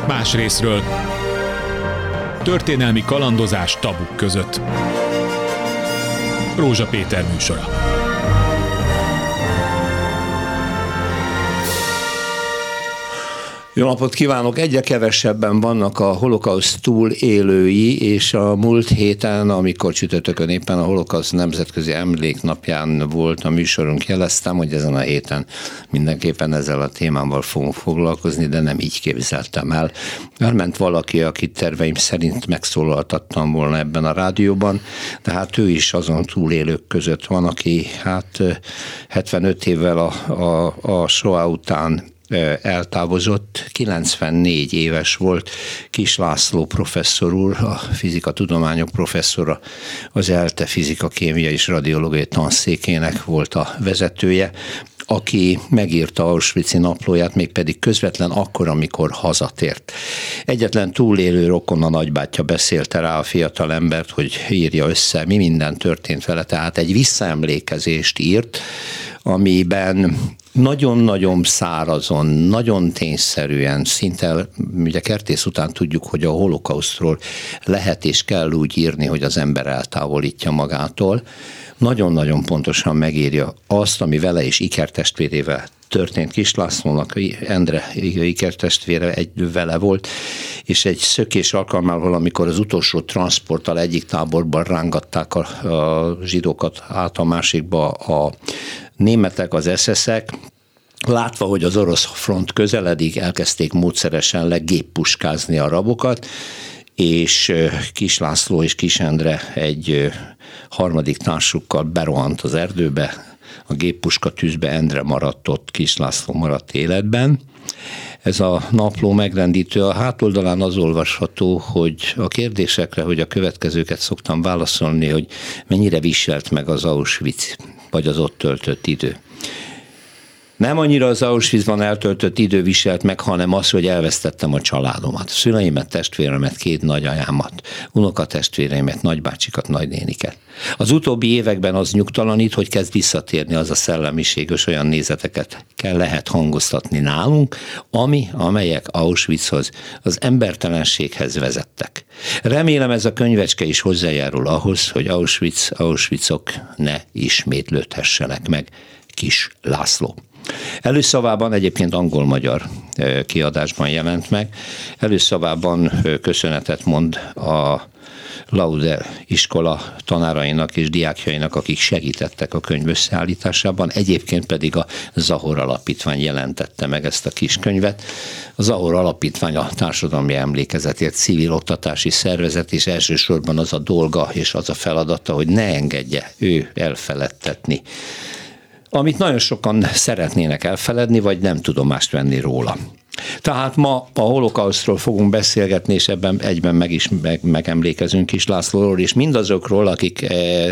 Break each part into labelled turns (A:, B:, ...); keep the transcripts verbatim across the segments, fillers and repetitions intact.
A: Más részről történelmi kalandozás tabuk között. Rózsa Péter műsora.
B: Jó napot kívánok! Egyre kevesebben vannak a holokauszt túlélői, és a múlt héten, amikor csütörtökön éppen a holokauszt nemzetközi emléknapján volt a műsorunk, jeleztem, hogy ezen a héten mindenképpen ezzel a témával fogunk foglalkozni, de nem így képzeltem el. Elment valaki, akit terveim szerint megszólaltattam volna ebben a rádióban, de hát ő is azon túlélők között van, aki hát hetvenöt évvel a, a, a Shoah után eltávozott, kilencvennégy éves volt. Kis László professzor úr, a fizikatudományok professzora, az ELTE fizika, kémia és radiológiai tanszékének volt a vezetője, aki megírta Auschwitz-i naplóját, mégpedig közvetlen akkor, amikor hazatért. Egyetlen túlélő rokon, a nagybátyja beszélte rá a fiatal embert, hogy írja össze, mi minden történt vele, tehát egy visszaemlékezést írt, amiben nagyon-nagyon szárazon, nagyon tényszerűen, szinte, ugye Kertész után tudjuk, hogy a holokausztról lehet és kell úgy írni, hogy az ember eltávolítja magától. Nagyon-nagyon pontosan megírja azt, ami vele és ikertestvérével történt. Kis Lászlónak Endre ikertestvére egy vele volt, és egy szökés alkalmával, amikor az utolsó transporttal egyik táborban rángatták a, a zsidókat át a másikba a németek, az es es-ek, látva, hogy az orosz front közeledik, elkezdték módszeresen legéppuskázni a rabokat, és Kis László és Kis Endre egy harmadik társukkal berohant az erdőbe, a géppuska tűzbe, Endre maradt ott, Kis László maradt életben. Ez a napló megrendítő. A hátoldalán az olvasható, hogy a kérdésekre, hogy a következőket szoktam válaszolni, hogy mennyire viselt meg az Auschwitz, vagy az ott töltött idő. Nem annyira az Auschwitzban eltöltött idő viselt meg, hanem az, hogy elvesztettem a családomat, szüleimet, testvéremet, két nagyanyámat, unokatestvéreimet, nagybácsikat, nagynéniket. Az utóbbi években az nyugtalanít, hogy kezd visszatérni az a szellemiség, és olyan nézeteket kell lehet hangoztatni nálunk, ami, amelyek Auschwitzhoz, az embertelenséghez vezettek. Remélem ez a könyvecske is hozzájárul ahhoz, hogy Auschwitz, Auschwitzok ne ismétlődhessenek meg. Kis László. Előszavában egyébként angol-magyar kiadásban jelent meg. Előszavában köszönetet mond a Lauder iskola tanárainak és diákjainak, akik segítettek a könyv összeállításában, egyébként pedig a Zahor Alapítvány jelentette meg ezt a kis könyvet. A Zahor Alapítvány a társadalmi emlékezetért civil oktatási szervezet, és elsősorban az a dolga és az a feladata, hogy ne engedje ő elfeledtetni, amit nagyon sokan szeretnének elfeledni, vagy nem tudomást venni róla. Tehát ma a holokausztról fogunk beszélgetni, és ebben egyben meg is meg, megemlékezünk Kis Lászlóról, és mindazokról, akik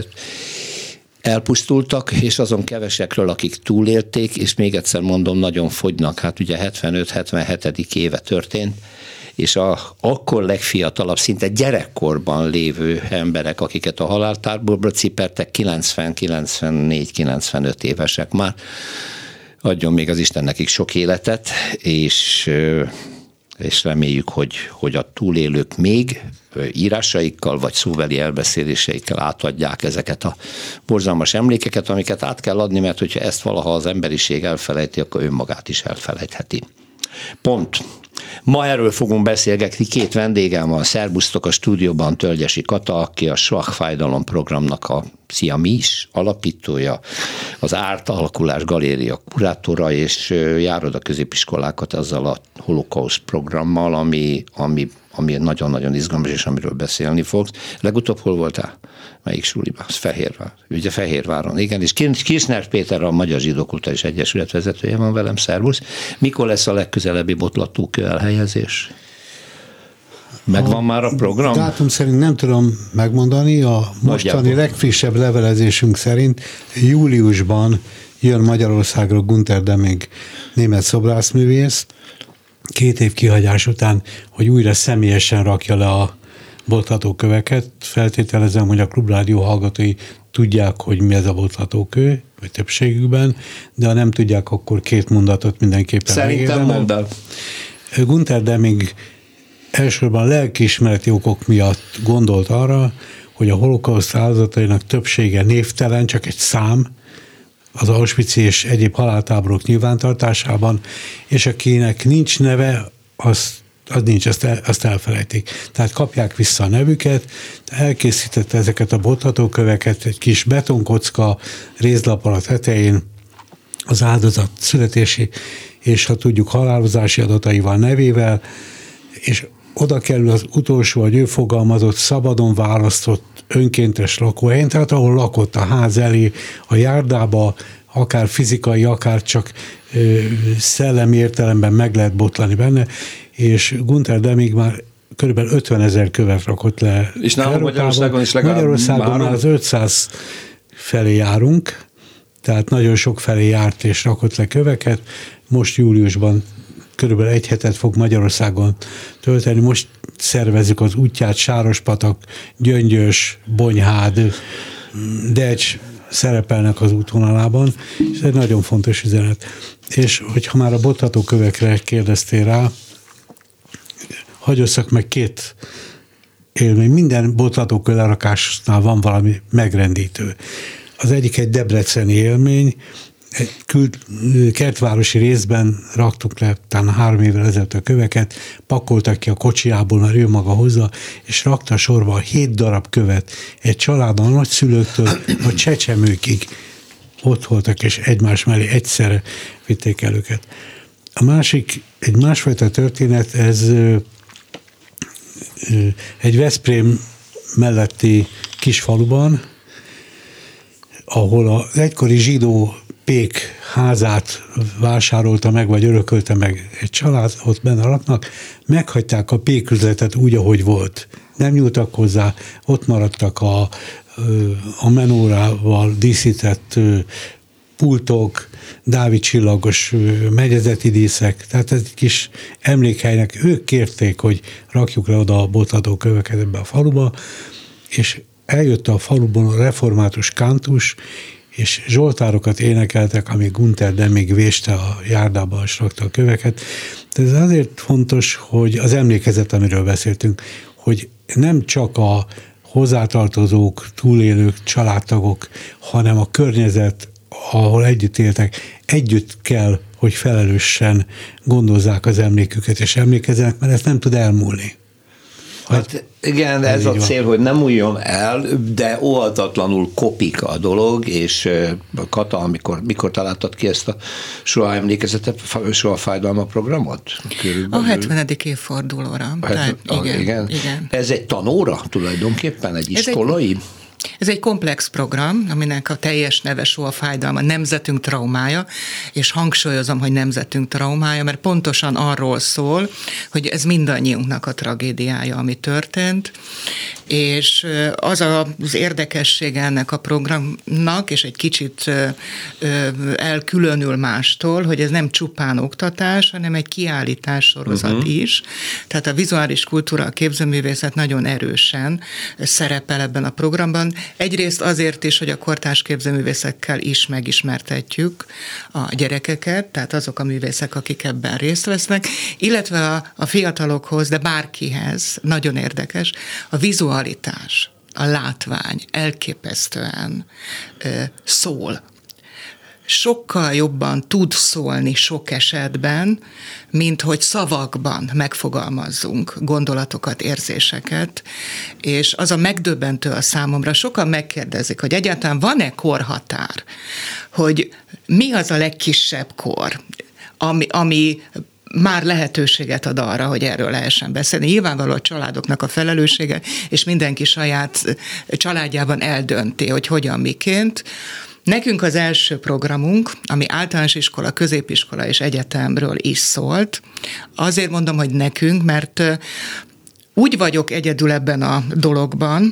B: elpusztultak, és azon kevesekről, akik túlélték, és még egyszer mondom, nagyon fogynak. Hát ugye hetvenöt-hetvenhetedik éve történt, és a akkor legfiatalabb, szinte gyerekkorban lévő emberek, akiket a haláltáborba cipertek, kilencven, kilencvennégy, kilencvenöt évesek már. Adjon még az Isten nekik sok életet, és, és reméljük, hogy, hogy a túlélők még írásaikkal vagy szóbeli elbeszéléseikkel átadják ezeket a borzalmas emlékeket, amiket át kell adni, mert hogyha ezt valaha az emberiség elfelejti, akkor önmagát is elfelejtheti. Pont. Ma erről fogunk beszélgetni, két vendégem van, szerbusztok a stúdióban, Tölgyesi Kata, aki a Schwach Fájdalom programnak a Szia Mi is alapítója, az Árt Alakulás Galéria kurátora, és járod a középiskolákat azzal a holokauszt programmal, ami, ami, ami nagyon-nagyon izgalmas, és amiről beszélni fogsz. Legutóbb hol voltál? Melyik suliban? Az Fehérvár. Ugye Fehérváron, igen, és Kirchner Péter, a Magyar Zsidó Kulturális Egyesület vezetője van velem, szervusz. Mikor lesz a legközelebbi botlatókő elhelyezés? Megvan a már a program?
C: Dátum szerint nem tudom megmondani, a mostani Nagyjából. Legfrissebb levelezésünk szerint júliusban jön Magyarországra Günther Deming, német szobrászművész, két év kihagyás után, hogy újra személyesen rakja le a botlatóköveket. Feltételezem, hogy a Klubrádió hallgatói tudják, hogy mi ez a botlatókő, vagy többségükben, de ha nem tudják, akkor két mondatot mindenképpen
B: Szerintem mondd el.
C: Günther Deming elsősorban lelkiismereti okok miatt gondolt arra, hogy a holokauszt áldozatainak többsége névtelen, csak egy szám az Auschwitz és egyéb haláltáborok nyilvántartásában, és akinek nincs neve, az, az nincs, azt, el, azt elfelejtik. Tehát kapják vissza a nevüket, elkészítette ezeket a bonthatóköveket, egy kis betonkocka rézlappal a tetején, az áldozat születési és ha tudjuk halálozási adataival, nevével, és oda kerül az utolsó, hogy ő fogalmazott, szabadon választott önkéntes lakóhelyen, tehát ahol lakott a ház elé, a járdába, akár fizikai, akár csak ö, szellemi értelemben meg lehet botlani benne, és Günther Demig már körülbelül ötvenezer követ rakott le.
B: És nálunk Magyarországon is legalább
C: Magyarországon már az ötszáz felé járunk, tehát nagyon sok felé járt és rakott le köveket. Most júliusban körülbelül egy hetet fog Magyarországon tölteni. Most szervezzük az útját, Sárospatak, Gyöngyös, Bonyhád, Decs szerepelnek az útvonalában, és ez egy nagyon fontos üzenet. És hogyha már a bonthatókövekre kérdeztél rá, hagy osszak meg két élmény. Minden bonthatókő lerakásnál van valami megrendítő. Az egyik egy debreceni élmény, egy kült, kertvárosi részben raktuk le talán három évvel ezelőtt a köveket, pakoltak ki a kocsiából, mert ő maga hozzá, és rakta sorba hét darab követ. Egy családon a nagyszülőktől a csecsemőkig ott voltak, és egymás mellé egyszerre vitték el őket. A másik, egy másfajta történet, ez ö, ö, egy Veszprém melletti kis faluban, ahol az egykori zsidó pék házát vásárolta meg, vagy örökölte meg egy család, ott benne laknak, meghagyták a péküzletet úgy, ahogy volt. Nem nyúltak hozzá, ott maradtak a, a menórával díszített pultok, Dávid csillagos megyezeti díszek, tehát ez egy kis emlékhelynek. Ők kérték, hogy rakjuk le oda a bonthatóköveket ebbe a faluba, és eljött a faluban a református kántus, és zsoltárokat énekeltek, amíg Günther Demig véste a járdába, és rakta a köveket. De ez azért fontos, hogy az emlékezet, amiről beszéltünk, hogy nem csak a hozzátartozók, túlélők, családtagok, hanem a környezet, ahol együtt éltek, együtt kell, hogy felelősen gondozzák az emléküket, és emlékezzenek, mert ezt nem tud elmúlni.
B: Hát igen, ez a cél, hogy nem múljon el, de óhatatlanul kopik a dolog, és Kata, amikor, mikor találtad ki ezt a soha emlékezetet, soha fájdalma programot?
D: Körülbelül. A hetvenedik évfordulóra.
B: Hát,
D: Tehát,
B: a, igen, igen.
D: igen.
B: Ez egy tanóra tulajdonképpen, egy iskolai?
D: Ez egy komplex program, aminek a teljes neve Soha fájdalma, nemzetünk traumája, és hangsúlyozom, hogy nemzetünk traumája, mert pontosan arról szól, hogy ez mindannyiunknak a tragédiája, ami történt, és az az érdekessége ennek a programnak, és egy kicsit elkülönül mástól, hogy ez nem csupán oktatás, hanem egy kiállítás sorozat uh-huh. is. Tehát a vizuális kultúra, a képzőművészet nagyon erősen szerepel ebben a programban. Egyrészt azért is, hogy a kortárs képzőművészekkel is megismertetjük a gyerekeket, tehát azok a művészek, akik ebben részt vesznek, illetve a, a fiatalokhoz, de bárkihez, nagyon érdekes, a vizualitás, a látvány elképesztően ö, szól. Sokkal jobban tud szólni sok esetben, mint hogy szavakban megfogalmazzunk gondolatokat, érzéseket, és az a megdöbbentő a számomra, sokan megkérdezik, hogy egyáltalán van-e korhatár, hogy mi az a legkisebb kor, ami, ami már lehetőséget ad arra, hogy erről lehessen beszélni. Nyilvánvaló a családoknak a felelőssége, és mindenki saját családjában eldönti, hogy hogyan, miként. Nekünk az első programunk, ami általános iskola, középiskola és egyetemről is szólt. Azért mondom, hogy nekünk, mert úgy vagyok egyedül ebben a dologban,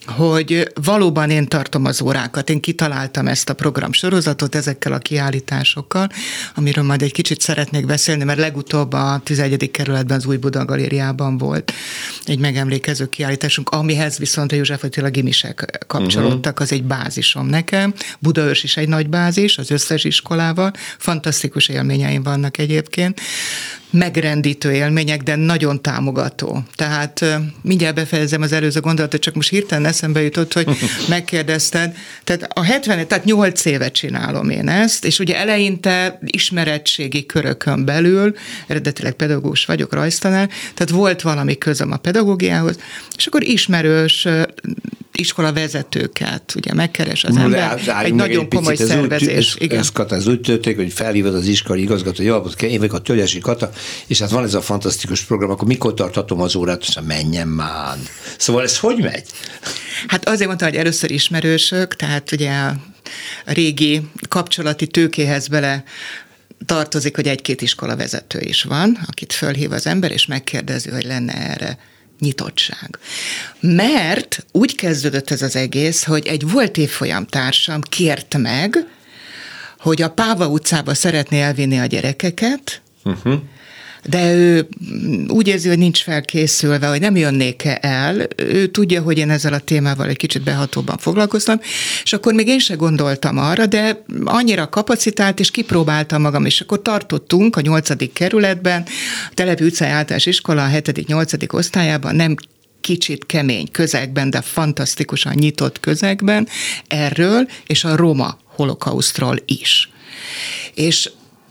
D: hogy valóban én tartom az órákat. Én kitaláltam ezt a programsorozatot ezekkel a kiállításokkal, amiről majd egy kicsit szeretnék beszélni, mert legutóbb a tizenegyedik kerületben az Új Buda Galériában volt egy megemlékező kiállításunk, amihez viszont a József Attila gimisek kapcsolódtak, az egy bázisom nekem. Budaörs is egy nagy bázis, az összes iskolával. Fantasztikus élményeim vannak egyébként. Megrendítő élmények, de nagyon támogató. Tehát mindjárt befejezem az előző gondolatot, csak most hirtelen eszembe jutott, hogy megkérdezted. Tehát a hetven, tehát nyolc éve csinálom én ezt, és ugye eleinte ismeretségi körökön belül, eredetileg pedagógus vagyok, rajztanár, tehát volt valami közöm a pedagógiához, és akkor ismerős iskolavezetőket, ugye megkeres az ember, egy, egy nagyon komoly picit, szervezés.
B: Ez, ez, ez, ez úgy történik, hogy felhívod az iskolai igazgató, jó, én vagyok a Tögyesi Kata, és hát van ez a fantasztikus program, akkor mikor tarthatom az órát, és menjen már. Szóval ez hogy megy?
D: Hát azért mondtam, hogy először ismerősök, tehát ugye a régi kapcsolati tőkéhez bele tartozik, hogy egy-két iskolavezető is van, akit fölhív az ember, és megkérdezi, hogy lenne erre nyitottság. Mert úgy kezdődött ez az egész, hogy egy volt évfolyamtársam kért meg, hogy a Páva utcába szeretné elvinni a gyerekeket, uh-huh. de ő úgy érzi, hogy nincs felkészülve, hogy nem jönnék el. Ő tudja, hogy én ezzel a témával egy kicsit behatóban foglalkoztam, és akkor még én se gondoltam arra, de annyira kapacitált, és kipróbáltam magam, és akkor tartottunk a nyolcadik kerületben, a Telepi utcai általános iskola a hetedik-nyolcadik osztályában, nem kicsit kemény közegben, de fantasztikusan nyitott közegben erről, és a roma holokausztról is. És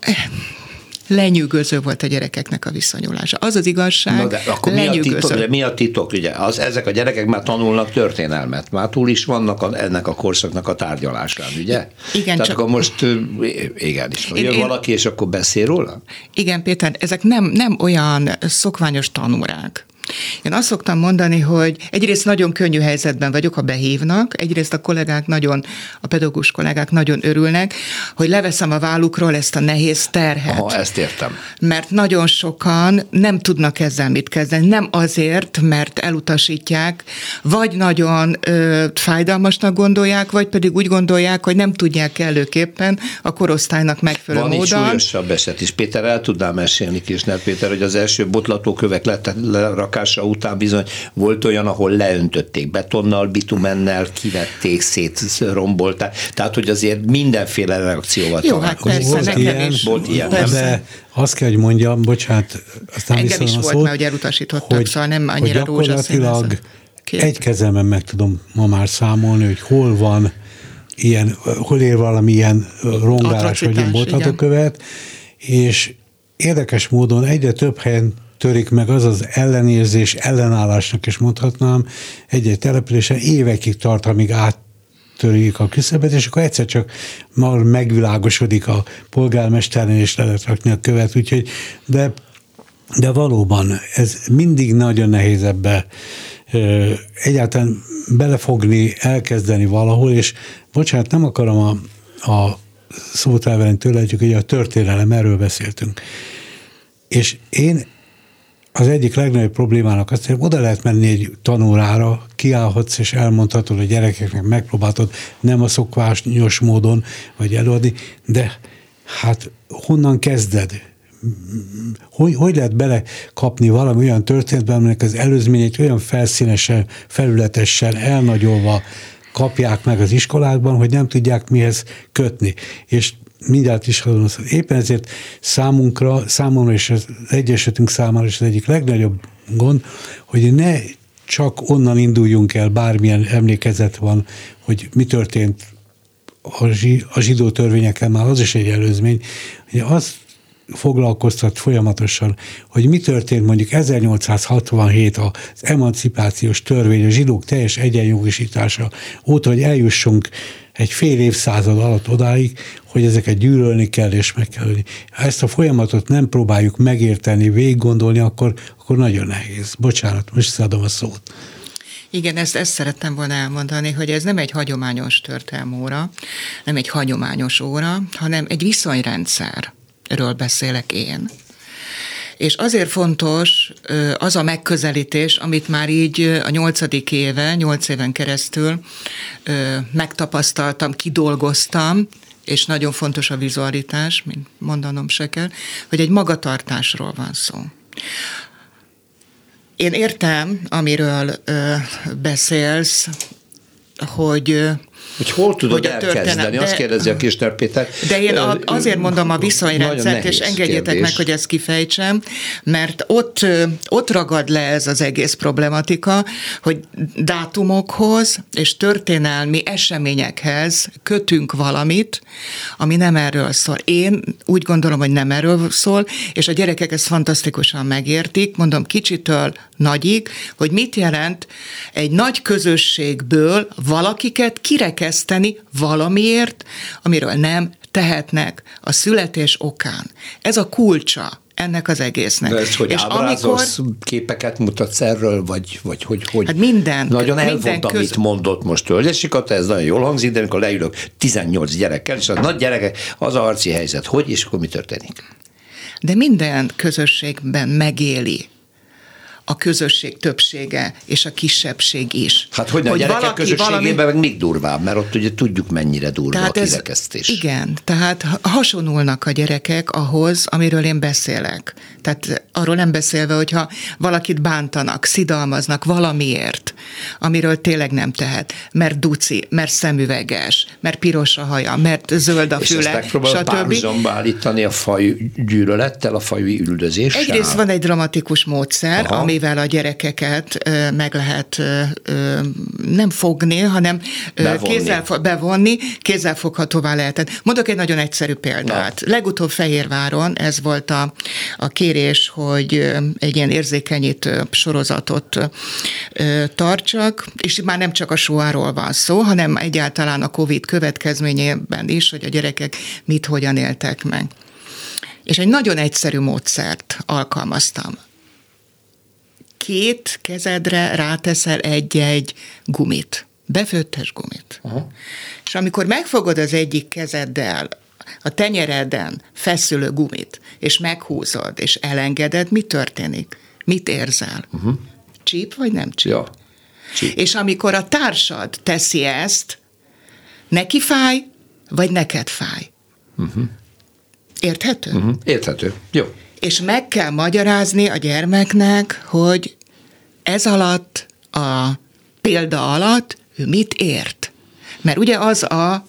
D: lenyűgöző volt a gyerekeknek a viszonyulása. Az az igazság,
B: Na de akkor mi a, titok, de mi a titok? Ugye az, ezek a gyerekek már tanulnak történelmet, már túl is vannak a, ennek a korszaknak a tárgyalásán, ugye?
D: Igen,
B: Tehát
D: csak...
B: akkor most, igen, is jön én, valaki, és akkor beszél róla?
D: Igen, Péter, ezek nem, nem olyan szokványos tanórák. Én azt szoktam mondani, hogy egyrészt nagyon könnyű helyzetben vagyok, ha behívnak, egyrészt a kollégák nagyon, a pedagógus kollégák nagyon örülnek, hogy leveszem a vállukról ezt a nehéz terhet.
B: Aha, ezt értem.
D: Mert nagyon sokan nem tudnak ezzel mit kezdeni. Nem azért, mert elutasítják, vagy nagyon ö, fájdalmasnak gondolják, vagy pedig úgy gondolják, hogy nem tudják előképpen a korosztálynak megfelelő
B: módon.
D: módon.
B: Van egy súlyosabb eset is. Péter, el tudnám mesélni, Kisner Péter, hogy az első botlatókövek lerakása után bizony volt olyan, ahol leöntötték betonnal, bitumennel, kivették, szétrombolták. Tehát, hogy azért mindenféle reakcióval
D: Jó, hát persze,
C: volt ilyen,
D: is.
B: Volt ilyen.
C: De azt kell, hogy mondjam, bocsánat, aztán
D: engem is
C: a
D: volt,
C: szót,
D: mert hogy elutasítottak, hogy, szóval nem annyira rózsaszín.
C: Gyakorlatilag egy kezemben meg tudom ma már számolni, hogy hol van ilyen, hol ér valamilyen rongálás, vagy ilyen boltlatókövet, és érdekes módon egyre több helyen törik meg az az ellenérzés, ellenállásnak is mondhatnám, egy-egy településen évekig tart, amíg áttörik a küszöbet, és akkor egyszer csak már megvilágosodik a polgármesternél, és le lehet rakni a követ, úgyhogy, de, de valóban ez mindig nagyon nehéz ebbe egyáltalán belefogni, elkezdeni valahol, és bocsánat, nem akarom a, a szót elvenni tőle, hogy a történelem, erről beszéltünk. És én az egyik legnagyobb problémának azt, hogy oda lehet menni egy tanórára, kiállhatsz és elmondhatod a gyerekeknek, megpróbáltad nem a szokványos módon, vagy előadni, de hát honnan kezded? Hogy, hogy lehet belekapni valami olyan történetben, aminek az előzményeit olyan felszínesen, felületesen, elnagyolva kapják meg az iskolákban, hogy nem tudják mihez kötni. És mindjárt is hazudom, éppen ezért számunkra, számomra és az Egyesületünk számára is az egyik legnagyobb gond, hogy ne csak onnan induljunk el, bármilyen emlékezet van, hogy mi történt a zsidó törvényekkel, már az is egy előzmény, hogy az foglalkoztat folyamatosan, hogy mi történt mondjuk ezernyolcszázhatvanhét az emancipációs törvény, a zsidók teljes egyenjogosítása óta, hogy eljussunk egy fél évszázad alatt odáig, hogy ezeket gyűlölni kell és meg kell ölni. Ha ezt a folyamatot nem próbáljuk megérteni, végiggondolni, akkor, akkor nagyon nehéz. Bocsánat, most adom a szót.
D: Igen, ezt, ezt szerettem volna elmondani, hogy ez nem egy hagyományos történelmi óra, nem egy hagyományos óra, hanem egy viszonyrendszer. Ről beszélek én. És azért fontos az a megközelítés, amit már így a nyolcadik éve, nyolc éven keresztül megtapasztaltam, kidolgoztam, és nagyon fontos a vizualitás, mint mondanom se kell, hogy egy magatartásról van szó. Én értem, amiről ö, beszélsz, hogy
B: hogy hol tudod elkezdeni, azt kérdezi a Kirchner Péter.
D: De én azért mondom a viszonyrendszert, és engedjétek kérdés. meg, hogy ezt kifejtsem, mert ott, ott ragad le ez az egész problematika, hogy dátumokhoz és történelmi eseményekhez kötünk valamit, ami nem erről szól. Én úgy gondolom, hogy nem erről szól, és a gyerekek ezt fantasztikusan megértik, mondom kicsitől nagyig, hogy mit jelent egy nagy közösségből valakiket kirekeszteni valamiért, amiről nem tehetnek a születés okán. Ez a kulcsa ennek az egésznek.
B: De ezt, hogy és ábrázolsz, amikor... képeket mutatsz erről, vagy, vagy hogy, hogy
D: hát minden,
B: nagyon elvont,
D: minden köz...
B: amit mondott most Tölgyesi, ez nagyon jól hangzik, de amikor leülök tizennyolc gyerekkel, és a nagy gyerekek, az a harci helyzet, hogy, és akkor mi történik?
D: De minden közösségben megéli a közösség többsége és a kisebbség is.
B: Hát hogy a gyerekek közösségében valami... meg még durvább, mert ott ugye tudjuk, mennyire durva tehát a kirekesztés.
D: Ez, igen, tehát hasonulnak a gyerekek ahhoz, amiről én beszélek. Tehát arról nem beszélve, hogyha valakit bántanak, szidalmaznak valamiért, amiről tényleg nem tehet, mert duci, mert szemüveges, mert piros a haja, mert zöld a füle,
B: és ezt megpróbál párhuzamba állítani a fajgyűlölettel, a faji üldözéssel?
D: Egyrészt van egy dramatikus módszer, aha, amivel a gyerekeket meg lehet nem fogni, hanem bevonni, kézzel, bevonni kézzelfoghatóvá lehetett. Mondok egy nagyon egyszerű példát. Na. Legutóbb Fehérváron ez volt a, a kérés, hogy egy ilyen érzékenyítő sorozatot tartsak, és már nem csak a soáról van szó, hanem egyáltalán a Covid következményében is, hogy a gyerekek mit, hogyan éltek meg. És egy nagyon egyszerű módszert alkalmaztam. Két kezedre ráteszel egy-egy gumit, befőttes gumit. Aha. És amikor megfogod az egyik kezeddel a tenyereden feszülő gumit, és meghúzod, és elengeded, mi történik? Mit érzel? Uh-huh. Csíp vagy nem csíp?
B: Ja. Csíp.
D: És amikor a társad teszi ezt, neki fáj, vagy neked fáj? Uh-huh. Érthető?
B: Uh-huh. Érthető. Jó.
D: És meg kell magyarázni a gyermeknek, hogy ez alatt, a példa alatt ő mit ért. Mert ugye az a,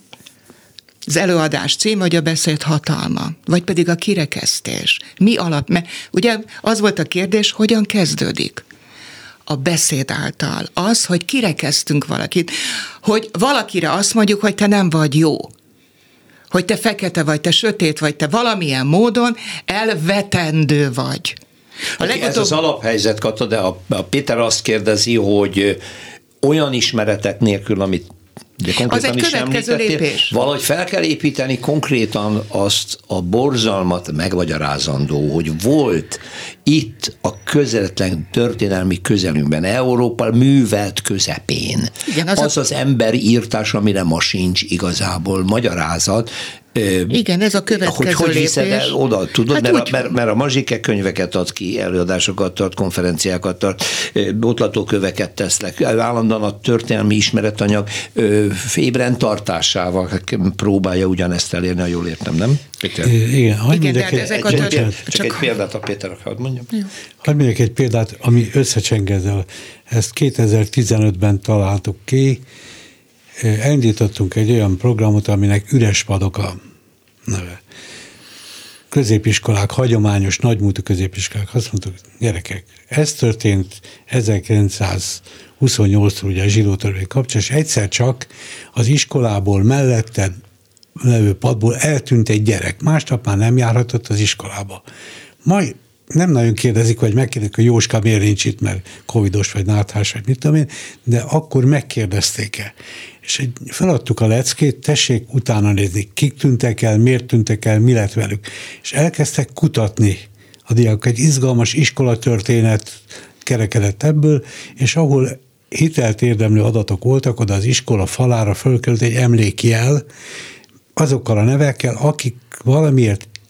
D: az előadás cím, hogy a beszéd hatalma, vagy pedig a kirekesztés. Mi alap? Mert ugye az volt a kérdés, hogyan kezdődik? A beszéd által. Az, hogy kirekesztünk valakit, hogy valakire azt mondjuk, hogy te nem vagy jó, hogy te fekete vagy, te sötét vagy, te valamilyen módon elvetendő vagy.
B: A legutóbb... Ez az alaphelyzet, Kata, de a, a Péter azt kérdezi, hogy olyan ismeretek nélkül, amit de konkrétan
D: az egy következő lépés.
B: Valahogy fel kell építeni konkrétan azt a borzalmat megmagyarázandó, hogy volt itt a közvetlen történelmi közelünkben, Európa művelt közepén. Igen, az, az a... az emberírtás, amire ma sincs igazából magyarázat.
D: Igen, ez a következő
B: hogy, hogy
D: lépés.
B: Hogy el oda, tudod, hát mert,
D: úgy...
B: a, mert, mert a Mazsike könyveket ad ki, előadásokat tart, konferenciákat tart, botlatóköveket tesznek, állandóan a történelmi ismeretanyag ébren tartásával próbálja ugyanezt elérni, ha jól értem, nem? Péter?
C: Igen, hadd
D: Igen,
C: egy,
D: ezek
C: egy,
D: a
B: csak, csak, csak egy példát a Péter, hadd mondjam.
C: Hadd mondjak egy példát, ami összecseng ezzel. Ezt kétezer-tizenötben találtuk ki, elindítottunk egy olyan programot, aminek Üres padok a neve. Középiskolák, hagyományos, nagymúltú középiskolák, azt mondtuk, gyerekek, ez történt ezerkilencszázhuszonnyolctól ugye a zsidótörvény kapcsán, és egyszer csak az iskolából melletted levő padból eltűnt egy gyerek, másnap már nem járhatott az iskolába. Majd nem nagyon kérdezik, vagy megkérdezik, hogy Jóska miért nincs itt, mert covidos, vagy náthás, vagy mit tudom én, de akkor megkérdezték-e. És egy, feladtuk a leckét, tessék utána nézni, kik tűntek el, miért tűntek el, mi lett velük. És elkezdtek kutatni a diákok. Egy izgalmas iskolatörténet kerekedett ebből, és ahol hitelt érdemlő adatok voltak, oda az iskola falára fölkerült egy emlékjel, azokkal a nevekkel, akik valamiért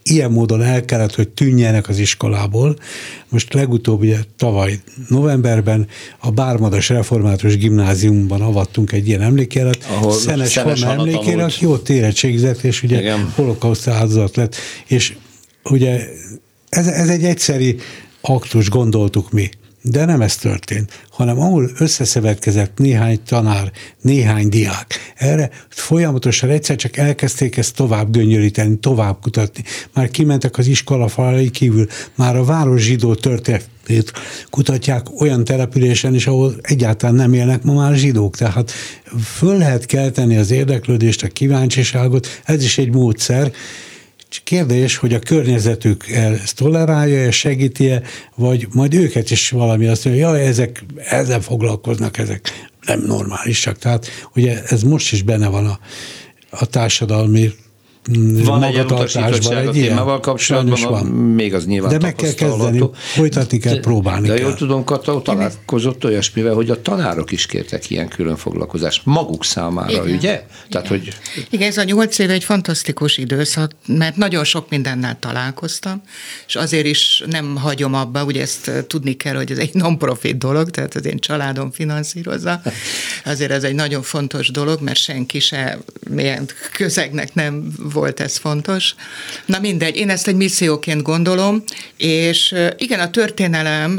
C: ilyen módon el kellett, hogy tűnjenek az iskolából. Most legutóbb ugye tavaly novemberben a Bármadas Református Gimnáziumban avattunk egy ilyen emlékjelet, Szenes Hanna emlékére, aki ott érettségizett, és ugye igen, holokauszt áldozat lett. És ugye ez, ez egy egyszeri aktus, gondoltuk mi. De nem ez történt, hanem ahol összeszövetkezett néhány tanár, néhány diák. Erre folyamatosan egyszer csak elkezdték ezt tovább göngyölíteni, tovább kutatni. Már kimentek az iskola falai kívül, már a város zsidó történetét kutatják olyan településen is, ahol egyáltalán nem élnek ma már zsidók. Tehát föl lehet kelteni az érdeklődést, a kíváncsiságot, ez is egy módszer. Kérdés, hogy a környezetük ezt tolerálja, segíti-e, vagy majd őket is valami azt mondja, jaj, ezek ezzel foglalkoznak, ezek nem normálisak. Tehát ugye ez most is benne van a, a társadalmi
B: van egy elutasítottság a témával kapcsolatban, van. Még az nyilván
C: de meg kell kezdeni, folytatni kell, próbálni
B: de,
C: kell.
B: De jól tudom, Kata, találkozott olyasmivel, hogy a tanárok is kértek ilyen külön foglalkozást maguk számára, igen, ugye? Tehát,
D: igen.
B: Hogy...
D: igen, ez a nyolc év egy fantasztikus időszak, mert nagyon sok mindennel találkoztam, és azért is nem hagyom abba, ugye ezt tudni kell, hogy ez egy non-profit dolog, tehát az én családom finanszírozza. Azért ez egy nagyon fontos dolog, mert senki se milyen közegnek nem volt ez fontos. Na mindegy, én ezt egy misszióként gondolom, és igen, a történelem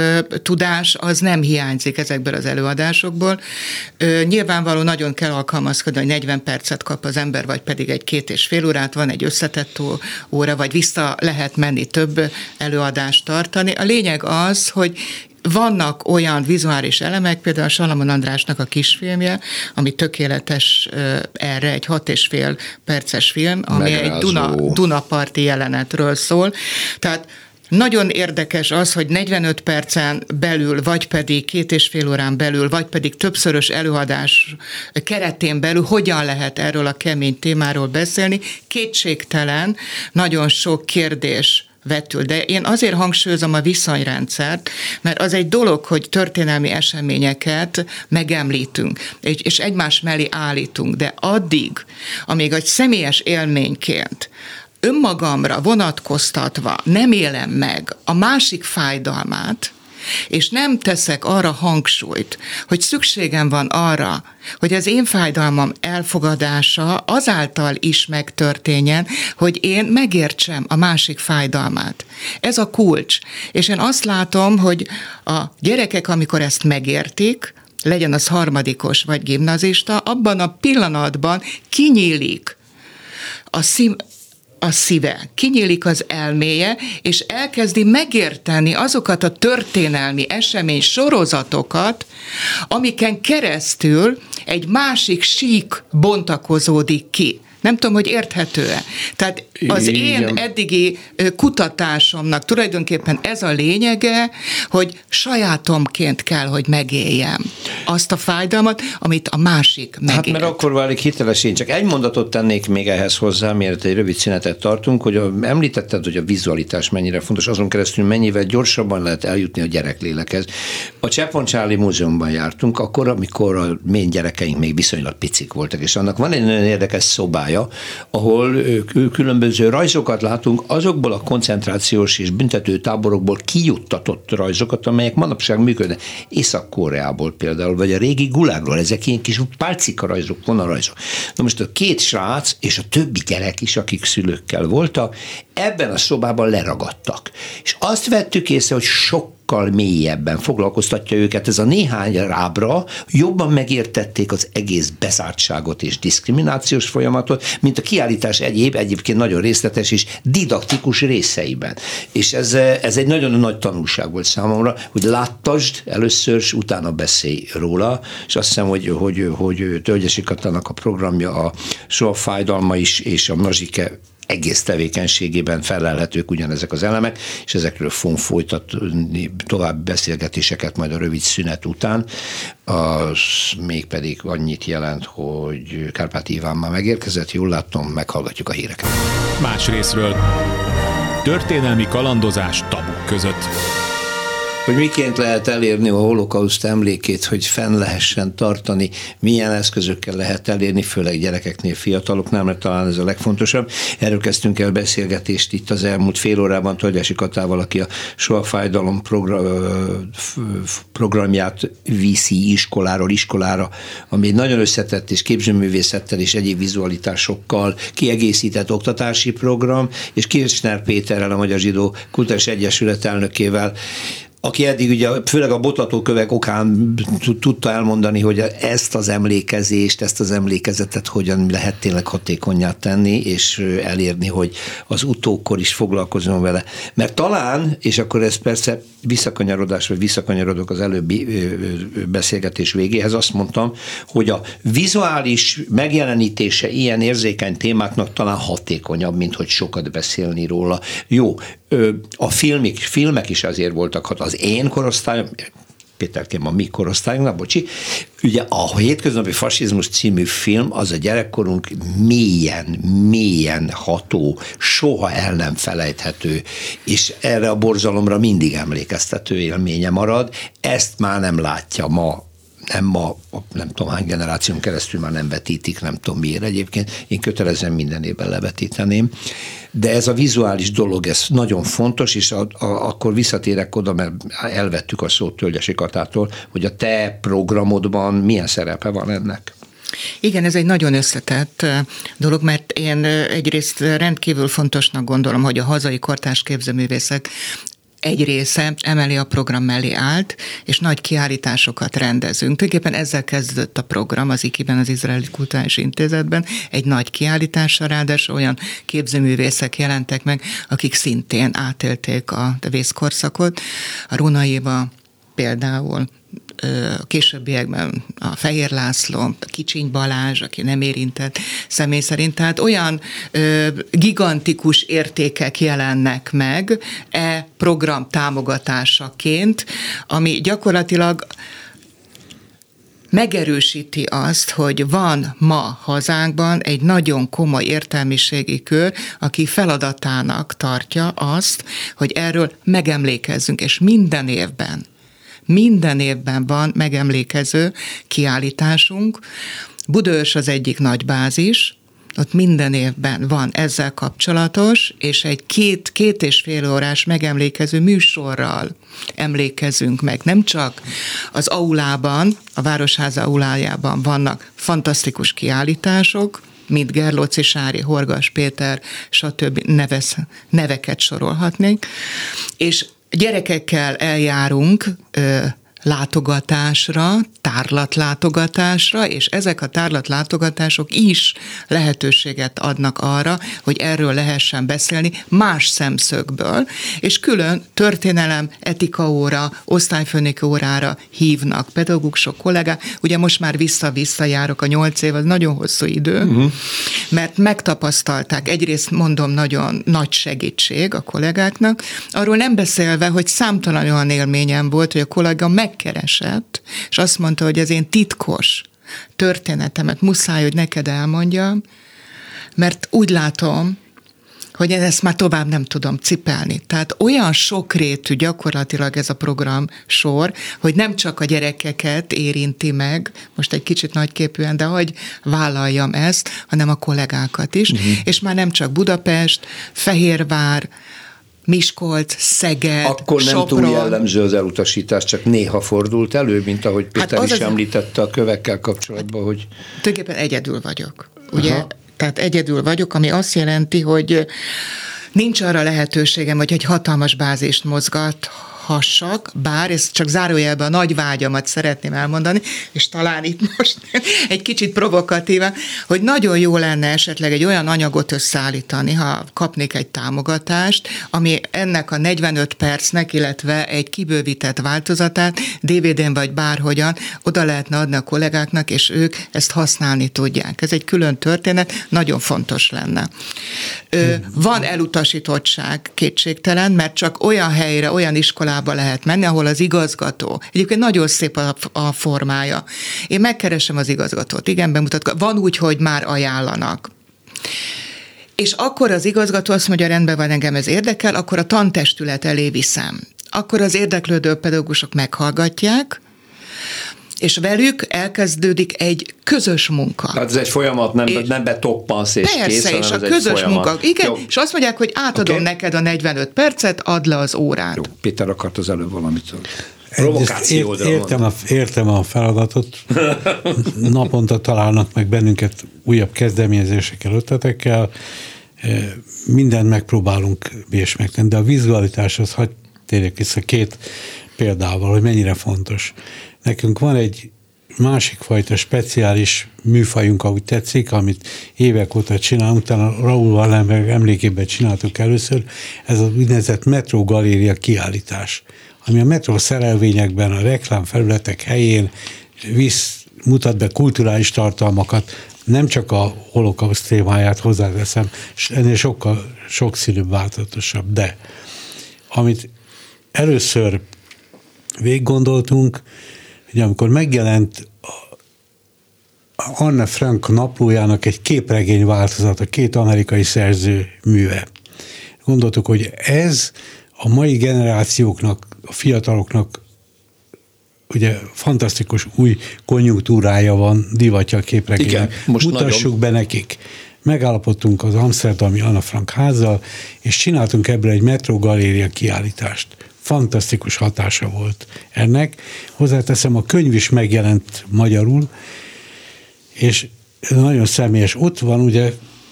D: tudás az nem hiányzik ezekből az előadásokból. Nyilvánvaló nagyon kell alkalmazkodni, hogy negyven percet kap az ember, vagy pedig egy két és fél órát, van egy összetett óra, vagy vissza lehet menni több előadást tartani. A lényeg az, hogy vannak olyan vizuális elemek, például a Salamon Andrásnak a kisfilmje, ami tökéletes erre, egy hat és fél perces film, ami Megrázó. egy Duna, Dunaparti jelenetről szól. Tehát nagyon érdekes az, hogy negyvenöt percen belül, vagy pedig két és fél órán belül, vagy pedig többszörös előadás keretén belül hogyan lehet erről a kemény témáról beszélni. Kétségtelen, nagyon sok kérdés vetül. De én azért hangsúlyozom a viszonyrendszert, mert az egy dolog, hogy történelmi eseményeket megemlítünk, és egymás mellé állítunk, de addig, amíg egy személyes élményként önmagamra vonatkoztatva nem élem meg a másik fájdalmát, és nem teszek arra hangsúlyt, hogy szükségem van arra, hogy az én fájdalmam elfogadása azáltal is megtörténjen, hogy én megértsem a másik fájdalmát. Ez a kulcs. És én azt látom, hogy a gyerekek, amikor ezt megértik, legyen az harmadikos vagy gimnazista, abban a pillanatban kinyílik a szív, a szíve, kinyílik az elméje, és elkezdi megérteni azokat a történelmi esemény sorozatokat, amiken keresztül egy másik sík bontakozódik ki. Nem tudom, hogy érthető-e. Tehát az én eddigi kutatásomnak tulajdonképpen ez a lényege, hogy sajátomként kell, hogy megéljem azt a fájdalmat, amit a másik megélt.
B: Hát mert akkor válik hiteles. Én csak egy mondatot tennék még ehhez hozzá, mielőtt egy rövid szünetet tartunk, hogy a, említetted, hogy a vizualitás mennyire fontos, azon keresztül mennyivel gyorsabban lehet eljutni a gyereklélekhez. A Cseppon-Csáli Múzeumban jártunk, akkor, amikor a mély gyerekeink még viszonylag picik voltak, és annak van egy nagyon érdekes szobája, ahol különböző rajzokat látunk, azokból a koncentrációs és büntető táborokból kijuttatott rajzokat, amelyek manapság működnek. Észak-Koreából például, vagy a régi Gulágról, ezek ilyen kis pálcika rajzok, vonalrajzok. Na most a két srác és a többi gyerek is, akik szülőkkel voltak, ebben a szobában leragadtak. És azt vettük észre, hogy sok sokkal mélyebben foglalkoztatja őket ez a néhány rábra, jobban megértették az egész bezártságot és diszkriminációs folyamatot, mint a kiállítás egyéb, egyébként nagyon részletes és didaktikus részeiben. És ez, ez egy nagyon nagy tanulság volt számomra, hogy láttasd először, és utána beszélj róla, és azt hiszem, hogy, hogy, hogy Tölgyesi Katának a programja, a Soha fájdalma is, és a Mazsike egész tevékenységében felelhetők ugyanezek az elemek, és ezekről fogunk folytatni további beszélgetéseket majd a rövid szünet után. Az mégpedig annyit jelent, hogy Kárpáti Iván már megérkezett, jól látom, meghallgatjuk a híreket.
A: Más részről történelmi kalandozás tabuk között.
B: hogy miként lehet elérni a holokauszt emlékét, hogy fenn lehessen tartani, milyen eszközökkel lehet elérni, főleg gyerekeknél, fiataloknál, mert talán ez a legfontosabb. Erről kezdtünk el beszélgetést itt az elmúlt fél órában Tolgyási Katával, aki a Soha Fájdalom program, programját viszi iskoláról iskolára, ami egy nagyon összetett és képzőművészettel és egyéb vizualitásokkal kiegészített oktatási program, és Kirchner Péterrel, a Magyar Zsidó Kulturális Egyesület elnökével, aki eddig ugye főleg a botlatókövek okán tudta elmondani, hogy ezt az emlékezést, ezt az emlékezetet hogyan lehet tényleg hatékonnyá tenni, és elérni, hogy az utókor is foglalkozzon vele. Mert talán, és akkor ez persze visszakanyarodás, vagy visszakanyarodok az előbbi beszélgetés végéhez, azt mondtam, hogy a vizuális megjelenítése ilyen érzékeny témáknak talán hatékonyabb, mint hogy sokat beszélni róla. Jó, a filmik, filmek is azért voltak, az én korosztályom, Péterkém a mi korosztályunknak, bocsi, ugye a Hétköznapi Fasizmus című film az a gyerekkorunk mélyen, mélyen ható, soha el nem felejthető, és erre a borzalomra mindig emlékeztető élménye marad. Ezt már nem látja ma, nem ma, nem tudom hány generáción keresztül már nem vetítik, nem tudom miért egyébként, én kötelezően minden évben levetíteném. De ez a vizuális dolog, ez nagyon fontos, és a, a, akkor visszatérek oda, mert elvettük a szót Tölgyesi Katától, hogy a te programodban milyen szerepe van ennek?
D: Igen, ez egy nagyon összetett dolog, mert én egyrészt rendkívül fontosnak gondolom, hogy a hazai kortárs képzőművészek egy része emeli a program mellé állt, és nagy kiállításokat rendezünk. Tulajdonképpen ezzel kezdődött a program az i ká i-ben, az Izraeli Kulturális Intézetben, egy nagy kiállítással, ráadásul olyan képzőművészek jelentek meg, akik szintén átélték a vészkorszakot. A Róna Éva például, a későbbiekben a Fehér László, a Kicsiny Balázs, aki nem érintett személy szerint, tehát olyan ö, gigantikus értékek jelennek meg e program támogatásaként, ami gyakorlatilag megerősíti azt, hogy van ma hazánkban egy nagyon komoly értelmiségi kör, aki feladatának tartja azt, hogy erről megemlékezzünk, és minden évben Minden évben van megemlékező kiállításunk. Budaörs az egyik nagy bázis, ott minden évben van ezzel kapcsolatos, és egy két, két és fél órás megemlékező műsorral emlékezünk meg. Nem csak az aulában, a Városháza aulájában vannak fantasztikus kiállítások, mint Gerlóci Sári, Horgas Péter, stb. Nevez, neveket sorolhatnék, és gyerekekkel eljárunk ö, látogatásra, tárlatlátogatásra, és ezek a tárlatlátogatások is lehetőséget adnak arra, hogy erről lehessen beszélni más szemszögből, és külön történelem, etika óra, osztályfőnöki órára hívnak pedagógusok, kollégák. Ugye most már vissza-vissza járok, a nyolc év, az nagyon hosszú idő, uh-huh. mert megtapasztalták, egyrészt mondom, nagyon nagy segítség a kollégáknak, arról nem beszélve, hogy számtalan olyan élményem volt, hogy a kollega megkeresett, és azt mondta, hogy az én titkos történetemet muszáj, hogy neked elmondjam, mert úgy látom, hogy én ezt már tovább nem tudom cipelni. Tehát olyan sokrétű gyakorlatilag ez a program sor, hogy nem csak a gyerekeket érinti meg, most egy kicsit nagyképűen, de hogy vállaljam ezt, hanem a kollégákat is, uh-huh. és már nem csak Budapest, Fehérvár, Miskolc, Szeged,
B: Akkor nem
D: Sopron.
B: túl jellemző az elutasítás, csak néha fordult elő, mint ahogy Péter hát is az említette a kövekkel kapcsolatban, hogy...
D: Tulajdonképpen egyedül vagyok, ugye? Aha. Tehát egyedül vagyok, ami azt jelenti, hogy nincs arra lehetőségem, hogy egy hatalmas bázist mozgathassak, bár ez csak zárójelben a nagy vágyamat szeretném elmondani, és talán itt most egy kicsit provokatívan, hogy nagyon jó lenne esetleg egy olyan anyagot összeállítani, ha kapnék egy támogatást, ami ennek a negyvenöt percnek, illetve egy kibővített változatát dé vé dén vagy bárhogyan oda lehetne adni a kollégáknak, és ők ezt használni tudják. Ez egy külön történet, nagyon fontos lenne. Van elutasítottság, kétségtelen, mert csak olyan helyre, olyan iskolába lehet menni, ahol az igazgató, egyébként nagyon szép a, a formája. Én megkeresem az igazgatót, igen, bemutatkozik. Van úgy, hogy már ajánlanak. És akkor az igazgató azt mondja, rendben van, engem ez érdekel, akkor a tantestület elé viszem. akkor az érdeklődő pedagógusok meghallgatják, és velük elkezdődik egy közös munka.
B: Hát ez egy folyamat, nem, és nem betoppansz és
D: persze,
B: kész,
D: és
B: hanem
D: a
B: ez
D: közös
B: egy folyamat.
D: munka. Igen,
B: Jó.
D: és azt mondják, hogy átadom okay. neked a negyvenöt percet, add le az órát.
B: Jó, Péter akart az előbb valamit.
C: Provokáció ért, értem, a, értem a feladatot. Naponta találnak meg bennünket újabb kezdeményezésekkel, ötletekkel. Mindent megpróbálunk és megtenni, de a vizualitáshoz hadd térjek vissza két példával, hogy mennyire fontos. Nekünk van egy másik fajta speciális műfajunk, ahogy tetszik, amit évek óta csinálunk, utána Raúl Wallenberg emlékében csináltuk először, ez az úgynevezett metrógaléria kiállítás, ami a metró szerelvényekben, a reklámfelületek helyén visz, mutat be kulturális tartalmakat, nem csak a holokauszt témáját hozzáteszem, és ennél sokkal sokszínűbb, változatosabb, de amit először végiggondoltunk, hogy amikor megjelent Anne Frank naplójának egy képregény változata, két amerikai szerző műve. Gondoltuk, hogy ez a mai generációknak, a fiataloknak ugye fantasztikus új konjunktúrája van, divatja a képregénynek. Mutassuk nagyon be nekik. Megállapodtunk az amszterdami Anne Frank házzal, és csináltunk ebből egy metrógaléria kiállítást. Fantasztikus hatása volt ennek. Hozzáteszem, a könyv is megjelent magyarul, és nagyon személyes. Ott van ugye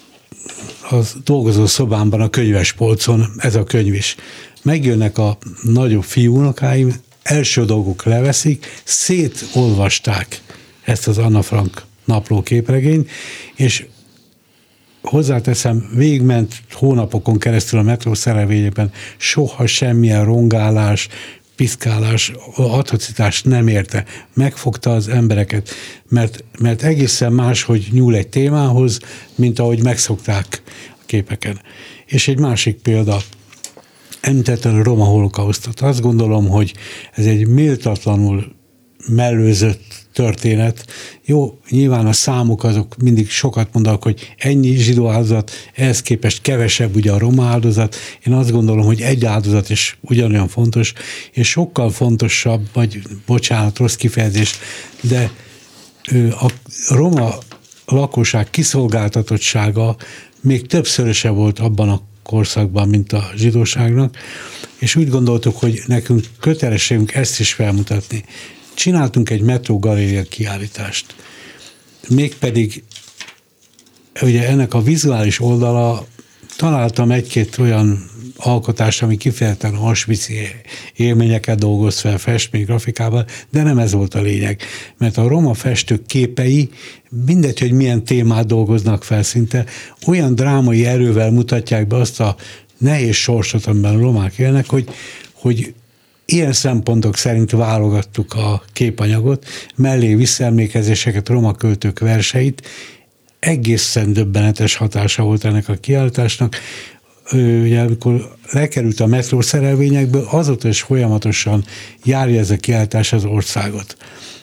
C: a dolgozó szobámban a könyvespolcon ez a könyv is. Megjönnek a nagyobb fiúnokáim, első dolgok leveszik, szétolvasták ezt az Anne Frank napló képregényt, és hozzáteszem, végigment hónapokon keresztül a metró szerelvényében, soha semmilyen rongálás, piszkálás, atrocitás nem érte. Megfogta az embereket, mert, mert egészen más, hogy nyúl egy témához, mint ahogy megszokták a képeken. És egy másik példa, említettem a roma holokausztot. Azt gondolom, hogy ez egy méltatlanul mellőzött történet. Jó, nyilván a számok azok mindig sokat mondanak, hogy ennyi zsidó áldozat, ehhez képest kevesebb ugye a roma áldozat. Én azt gondolom, hogy egy áldozat is ugyanolyan fontos, és sokkal fontosabb, vagy bocsánat, rossz kifejezés, de a roma lakosság kiszolgáltatottsága még többszöröse volt abban a korszakban, mint a zsidóságnak, és úgy gondoltuk, hogy nekünk kötelességünk ezt is felmutatni. Csináltunk egy metrógaléria kiállítást. Mégpedig ugye ennek a vizuális oldala, találtam egy-két olyan alkotást, ami kifejezetten auschwitzi élményeket dolgoz fel festmény grafikával, de nem ez volt a lényeg. Mert a roma festők képei, mindegy, hogy milyen témát dolgoznak fel szinte, olyan drámai erővel mutatják be azt a nehéz sorsot, amiben a romák élnek, hogy, hogy ilyen szempontok szerint válogattuk a képanyagot, mellé visszaemlékezéseket, roma költők verseit, egészen döbbenetes hatása volt ennek a kiállításnak. Ugye, amikor lekerült a metró szerelvényekből, azóta is folyamatosan járja ez a kiállítás az országot.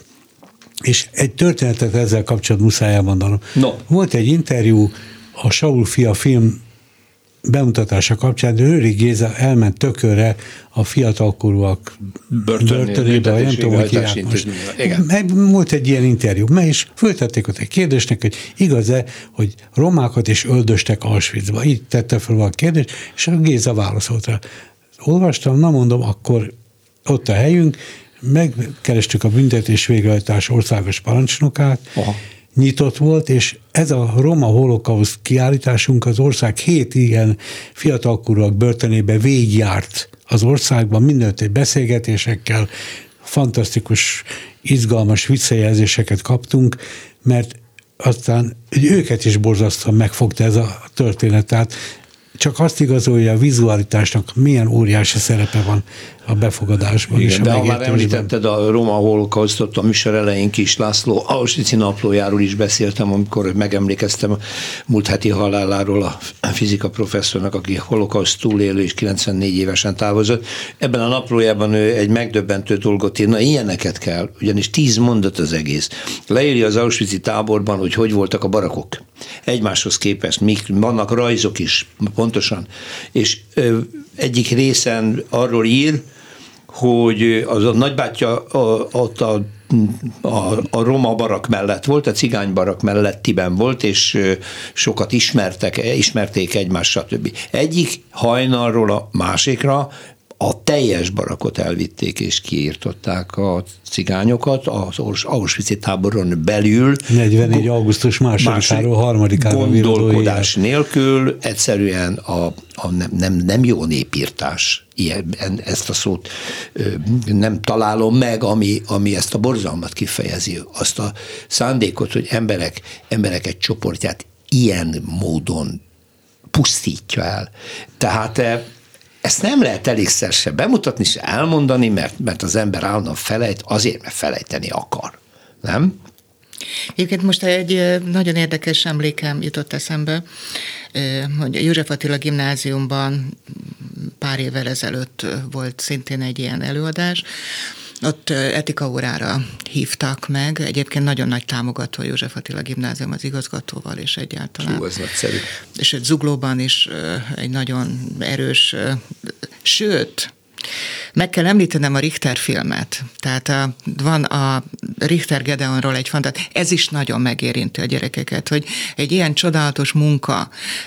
C: És egy történetet ezzel kapcsolatban muszáj elmondanom. No. Volt egy interjú a Saul fia film bemutatása kapcsán, de Őri Géza elment Tökölre a fiatalkorúak börtönébe, nem tudom, hogy hívják most. Volt egy ilyen interjú, mert is föltették ott egy kérdésnek, hogy igaz-e, hogy romákat is öldöstek Auschwitzba. Így tette fel a kérdést, és a Géza válaszolt rá. Olvastam, na mondom, akkor ott a helyünk, megkerestük a büntetés végrehajtás országos parancsnokát, aha, nyitott volt, és ez a roma holokauszt kiállításunk az ország hét ilyen fiatalkorúak börtönébe végigjárt az országban, mindenütt beszélgetésekkel, fantasztikus, izgalmas visszajelzéseket kaptunk, mert aztán őket is borzasztóan megfogta ez a történet, tehát csak azt igazolja, a vizualitásnak milyen óriási szerepe van a befogadásban.
B: Igen,
C: és a
B: de ha már említetted a roma holokausztot, a műsor elején Kis László Auschwitz-i naplójáról is beszéltem, amikor megemlékeztem a múlt heti haláláról a fizika professzornak, aki holokauszt túlélő és kilencvennégy évesen távozott. Ebben a naplójában ő egy megdöbbentő dolgot ír, na ilyeneket kell, ugyanis tíz mondat az egész. Leírja az Auschwitz-i táborban, hogy hogy voltak a barakok. Egymáshoz képest, mik, vannak rajzok is, pontosan. És ö, egyik részen arról ír, hogy az a nagybátyja ott a, a, a roma barak mellett volt, a cigány barak mellettiben volt, és sokat ismertek, ismerték egymást, stb. Egyik hajnalról a másikra a teljes barakot elvitték és kiírtották a cigányokat az Auschwitz-i táboron belül.
C: negyvennégy augusztus másodikáról harmadikára
B: gondolkodás nélkül, egyszerűen a, a nem, nem, nem jó népírtás. Ilyen, ezt a szót nem találom meg, ami, ami ezt a borzalmat kifejezi. Azt a szándékot, hogy emberek, emberek egy csoportját ilyen módon pusztítja el. Tehát ezt nem lehet elégszer se bemutatni, se elmondani, mert, mert az ember állandóan felejt, azért, mert felejteni akar. Nem?
D: Egyébként most egy nagyon érdekes emlékem jutott eszembe, hogy a József Attila gimnáziumban pár évvel ezelőtt volt szintén egy ilyen előadás. Ott etikaórára hívtak meg, egyébként nagyon nagy támogató József Attila gimnázium az igazgatóval, és egyáltalán.
B: Hú, ez nagyszerű.
D: És egy Zuglóban is egy nagyon erős, sőt, meg kell említenem a Richter filmet. Tehát a, van a Richter Gedeonról egy fantasztikus, ez is nagyon megérinti a gyerekeket, hogy egy ilyen csodálatos munka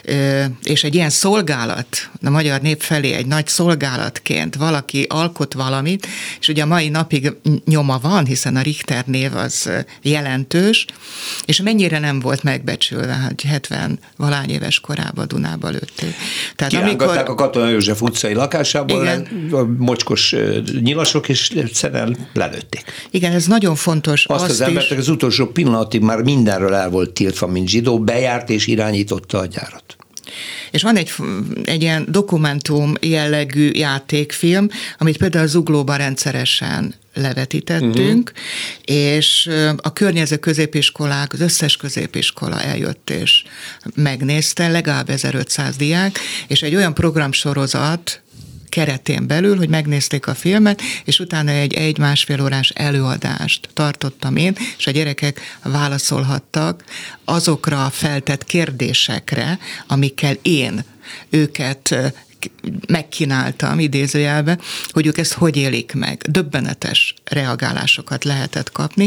D: és egy ilyen szolgálat a magyar nép felé, egy nagy szolgálatként valaki alkot valamit, és ugye a mai napig nyoma van, hiszen a Richter név az jelentős, és mennyire nem volt megbecsülve, hogy hetven valány éves korában Dunába lőtték.
B: Tehát Kirángatták amikor... a Katona József utcai lakásából, igen. A mocskos nyilasok, és egyszerűen lelőtték.
D: Igen, ez nagyon fontos.
B: Azt, azt az embertek az utolsó pillanatig már mindenről el volt tiltva, mint zsidó, bejárt és irányította a gyárat.
D: És van egy, egy ilyen dokumentum jellegű játékfilm, amit például a Zuglóban rendszeresen levetítettünk, uh-huh. és a környező középiskolák, az összes középiskola eljött és megnézte, legalább ezerötszáz diák, és egy olyan programsorozat keretén belül, hogy megnézték a filmet, és utána egy egy-másfél órás előadást tartottam én, és a gyerekek válaszolhattak azokra a feltett kérdésekre, amikkel én őket megkínáltam, idézőjelbe, hogy ők ezt hogy élik meg. Döbbenetes reagálásokat lehetett kapni.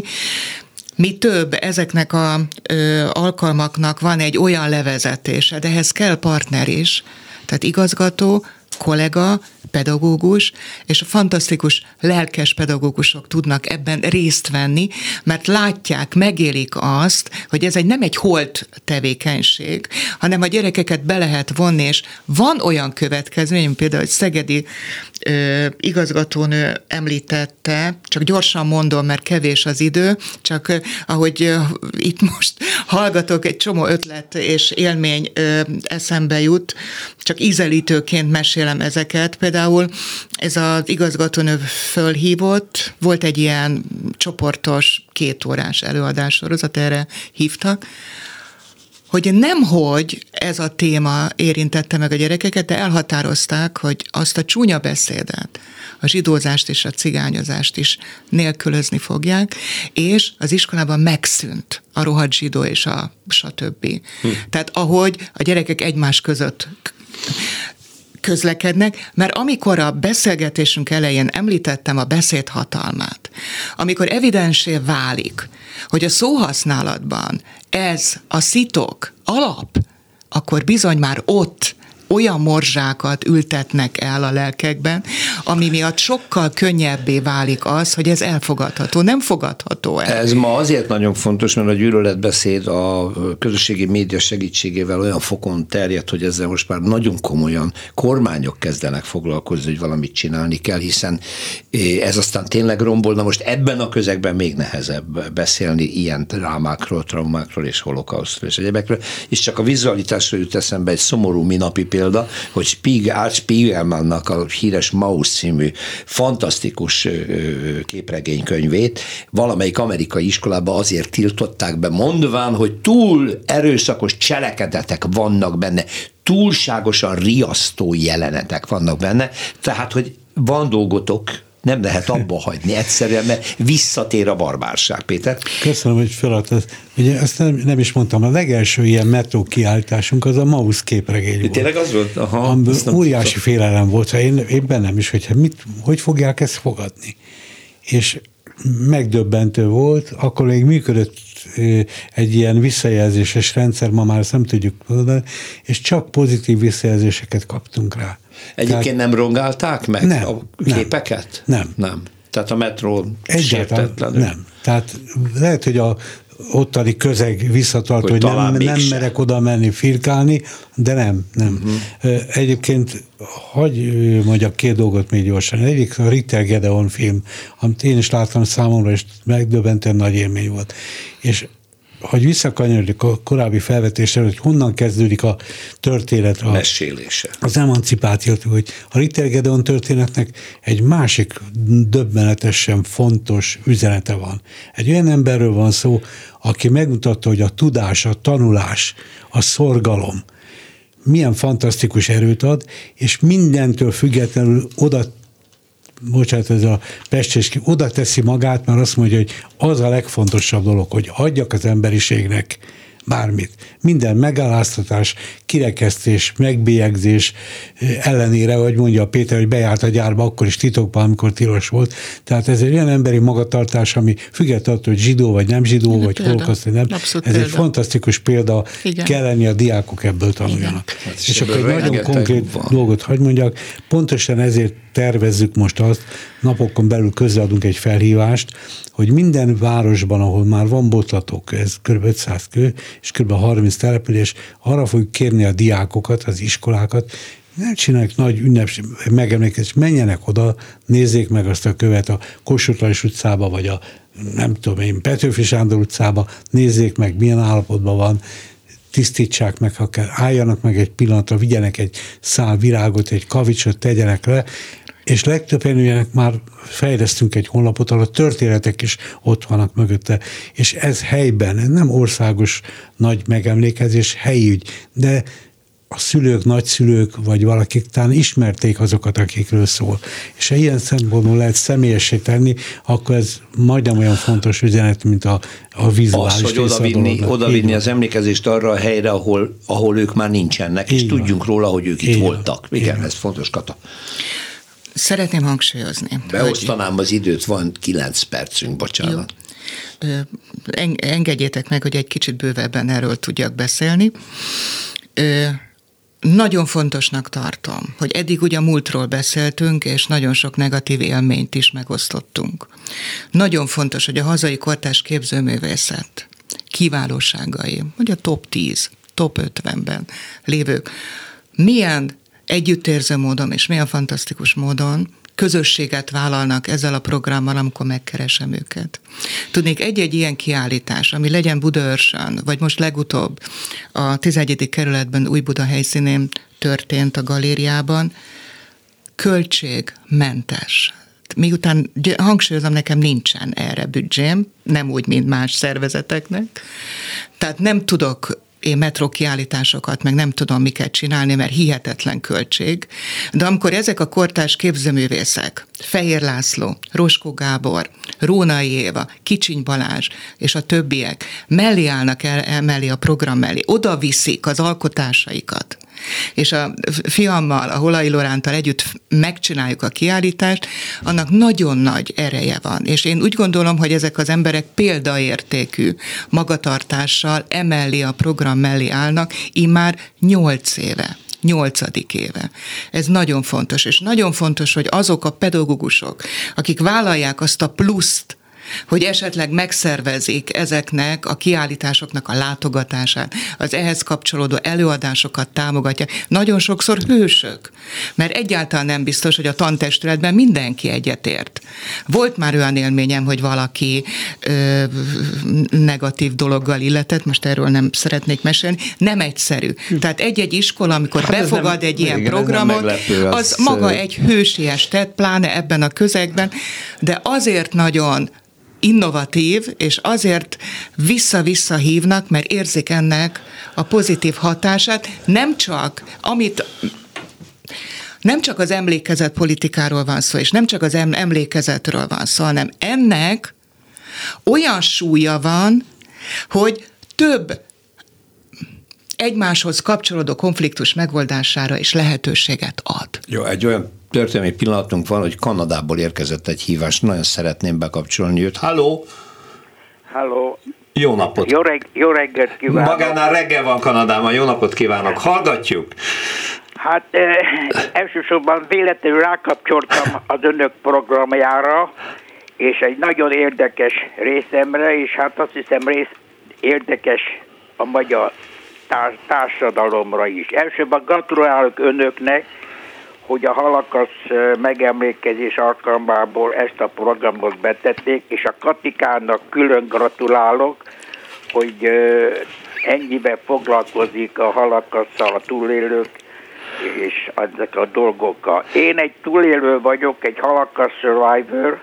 D: Mi több, ezeknek az alkalmaknak van egy olyan levezetése, de ehhez kell partner is, tehát igazgató, kollega, pedagógus, és a fantasztikus lelkes pedagógusok tudnak ebben részt venni, mert látják, megélik azt, hogy ez egy nem egy holt tevékenység, hanem a gyerekeket be lehet vonni, és van olyan következmény, például egy szegedi ö, igazgatónő említette, csak gyorsan mondom, mert kevés az idő, csak ö, ahogy ö, itt most hallgatok, egy csomó ötlet és élmény ö, eszembe jut, csak ízelítőként mesélem ezeket. Például ez az igazgatónő fölhívott, volt egy ilyen csoportos kétórás előadássorozat, erre hívtak, hogy nemhogy ez a téma érintette meg a gyerekeket, de elhatározták, hogy azt a csúnya beszédet, a zsidózást és a cigányozást is nélkülözni fogják, és az iskolában megszűnt a rohadt zsidó és a stb. Hm. Tehát ahogy a gyerekek egymás között közlekednek, mert amikor a beszélgetésünk elején említettem a beszéd hatalmát, amikor evidensé válik, hogy a szóhasználatban ez a szitok alap, akkor bizony már ott olyan morzsákat ültetnek el a lelkekben, ami miatt sokkal könnyebbé válik az, hogy ez elfogadható. Nem fogadható el.
B: Ez ma azért nagyon fontos, mert a gyűlöletbeszéd a közösségi média segítségével olyan fokon terjed, hogy ezzel most már nagyon komolyan kormányok kezdenek foglalkozni, hogy valamit csinálni kell, hiszen ez aztán tényleg rombol. Na most ebben a közegben még nehezebb beszélni ilyen drámákról, traumákról és holokausztról és egyebekről, és csak a vizualitásról jut eszembe egy szomorú minapi példa, hogy Spiegel, Art Spiegelmannak a híres Maus című fantasztikus képregénykönyvét valamelyik amerikai iskolába azért tiltották be, mondván, hogy túl erőszakos cselekedetek vannak benne, túlságosan riasztó jelenetek vannak benne, tehát, hogy van dolgotok, nem lehet abba hagyni egyszerűen, mert visszatér a barbárság, Péter.
C: Köszönöm, hogy feladtad. Ugye ezt nem, nem is mondtam, a legelső ilyen metró kiállításunk az a Mausz képregény volt.
B: Tényleg az volt? Aha,
C: óriási tudtam. Félelem volt, én, én bennem is, hogy mit, hogy fogják ezt fogadni. És megdöbbentő volt, akkor még működött egy ilyen visszajelzéses rendszer, ma már ezt nem tudjuk mondani, és csak pozitív visszajelzéseket kaptunk rá.
B: Egyébként Tehát, nem rongálták meg
C: nem,
B: a képeket?
C: Nem.
B: Nem. Tehát a metró sértetlenül?
C: Nem. Tehát lehet, hogy a ottani közeg visszatart, hogy, hogy nem, nem merek oda menni firkálni, de nem, nem. Uh-huh. Egyébként hagyj mondjak két dolgot még gyorsan. Egyik a Ritter Gedeon film, amit én is láttam számomra, és megdöbbentően nagy élmény volt. És hogy visszakanyarodik a korábbi felvetésre, hogy honnan kezdődik a történet. A
B: mesélése.
C: Az emancipációt, hogy a Ritter Gedeon történetnek egy másik döbbenetesen fontos üzenete van. Egy olyan emberről van szó, aki megmutatta, hogy a tudás, a tanulás, a szorgalom milyen fantasztikus erőt ad, és mindentől függetlenül oda bocsánat, ez a pestés, oda teszi magát, mert azt mondja, hogy az a legfontosabb dolog, hogy adjak az emberiségnek bármit. Minden megaláztatás, kirekesztés, megbélyegzés ellenére, hogy mondja Péter, hogy bejárt a gyárba, akkor is titokban, amikor tilos volt. Tehát ez egy olyan emberi magatartás, ami függetlenül, hogy zsidó vagy nem zsidó, igen, vagy holokauszt, nem. Abszolút ez példa. Egy fantasztikus példa, igen. Kell lenni, a diákok ebből tanuljanak. Hát, és akkor egy nagyon konkrét van. Dolgot hadd mondjak, pontosan ezért tervezzük most azt, napokon belül közreadunk egy felhívást, hogy minden városban, ahol már van botlatok, ez kb. ötszáz kő, és kb. harminc település, arra fogjuk kérni a diákokat, az iskolákat, nem csinálják nagy ünnepség, megemlékezés, menjenek oda, nézzék meg azt a követ a Kossuth Lajos utcába, vagy a nem tudom én, Petőfi Sándor utcába, nézzék meg, milyen állapotban van, tisztítsák meg, ha kell, álljanak meg egy pillanatra, vigyenek egy szál virágot, egy kavicsot, tegyenek le, és legtöbb ennek már fejlesztünk egy honlapot, ahol a történetek is ott vannak mögötte, és ez helyben, ez nem országos nagy megemlékezés, helyi ügy, de a szülők, nagyszülők, vagy valakik talán ismerték azokat, akikről szól. És ha ilyen szempontból lehet személyessé tenni, akkor ez majdnem olyan fontos üzenet, mint a, a vizuális.
B: Az, hogy odavinni, odavinni az emlékezést arra a helyre, ahol, ahol ők már nincsenek, és így tudjunk van. Róla, hogy ők itt így voltak. Van. Igen, ez fontos, Kata.
D: Szeretném hangsúlyozni.
B: Beosztanám hogy... az időt, van kilenc percünk, bocsánat.
D: Jó. Engedjétek meg, hogy egy kicsit bővebben erről tudjak beszélni. Nagyon fontosnak tartom, hogy eddig ugye a múltról beszéltünk, és nagyon sok negatív élményt is megosztottunk. Nagyon fontos, hogy a hazai kortárs képzőművészet kiválóságai, hogy a top tíz, top ötvenben lévők milyen együttérző módon és milyen fantasztikus módon közösséget vállalnak ezzel a programmal, amikor megkeresem őket. Tudnék, egy-egy ilyen kiállítás, ami legyen Budaörsön, vagy most legutóbb a tizenegyedik kerületben Újbuda helyszínén történt a galériában, költségmentes. Miután hangsúlyozom, nekem nincsen erre büdzsém, nem úgy, mint más szervezeteknek. Tehát nem tudok én metró kiállításokat, meg nem tudom miket csinálni, mert hihetetlen költség. De amikor ezek a kortárs képzőművészek, Fehér László, Roskó Gábor, Rónai Éva, Kicsiny Balázs és a többiek mellé állnak el, el mellé a program mellé, oda viszik az alkotásaikat, és a fiammal, a Holai Lorántal együtt megcsináljuk a kiállítást, annak nagyon nagy ereje van. És én úgy gondolom, hogy ezek az emberek példaértékű magatartással emellé a program mellé állnak, immár nyolc éve. nyolcadik éve. Ez nagyon fontos, és nagyon fontos, hogy azok a pedagógusok, akik vállalják azt a pluszt, hogy esetleg megszervezik ezeknek a kiállításoknak a látogatását, az ehhez kapcsolódó előadásokat támogatják. Nagyon sokszor hősök, mert egyáltalán nem biztos, hogy a tantestületben mindenki egyetért. Volt már olyan élményem, hogy valaki ö, negatív dologgal illetett, most erről nem szeretnék mesélni, nem egyszerű. Tehát egy-egy iskola, amikor hát befogad nem, egy ilyen igen, programot, meglepő, az, az maga egy hősies tett, pláne ebben a közegben, de azért nagyon innovatív, és azért vissza-vissza hívnak, mert érzik ennek a pozitív hatását, nem csak, amit nem csak az emlékezet politikáról van szó, és nem csak az emlékezetről van szó, hanem ennek olyan súlya van, hogy több egymáshoz kapcsolódó konfliktus megoldására is lehetőséget ad.
B: Jó, egy olyan történelmi pillanatunk van, hogy Kanadából érkezett egy hívás, nagyon szeretném bekapcsolni őt. Halló!
E: Halló!
B: Jó napot!
E: Jó, reg- jó reggelt kívánok!
B: Magánál reggel van Kanadában, jó napot kívánok! Hallgatjuk!
E: Hát eh, elsősorban véletlenül rákapcsoltam az önök programjára, és egy nagyon érdekes részemre, és hát azt hiszem rész érdekes a magyar társ- társadalomra is. Elsősorban gratulálok önöknek, hogy a Holokauszt megemlékezés alkalmából ezt a programot betették, és a Katikának külön gratulálok, hogy ennyiben foglalkozik a Holokauszttal a túlélők és ezek a dolgokkal. Én egy túlélő vagyok, egy Holocaust survivor,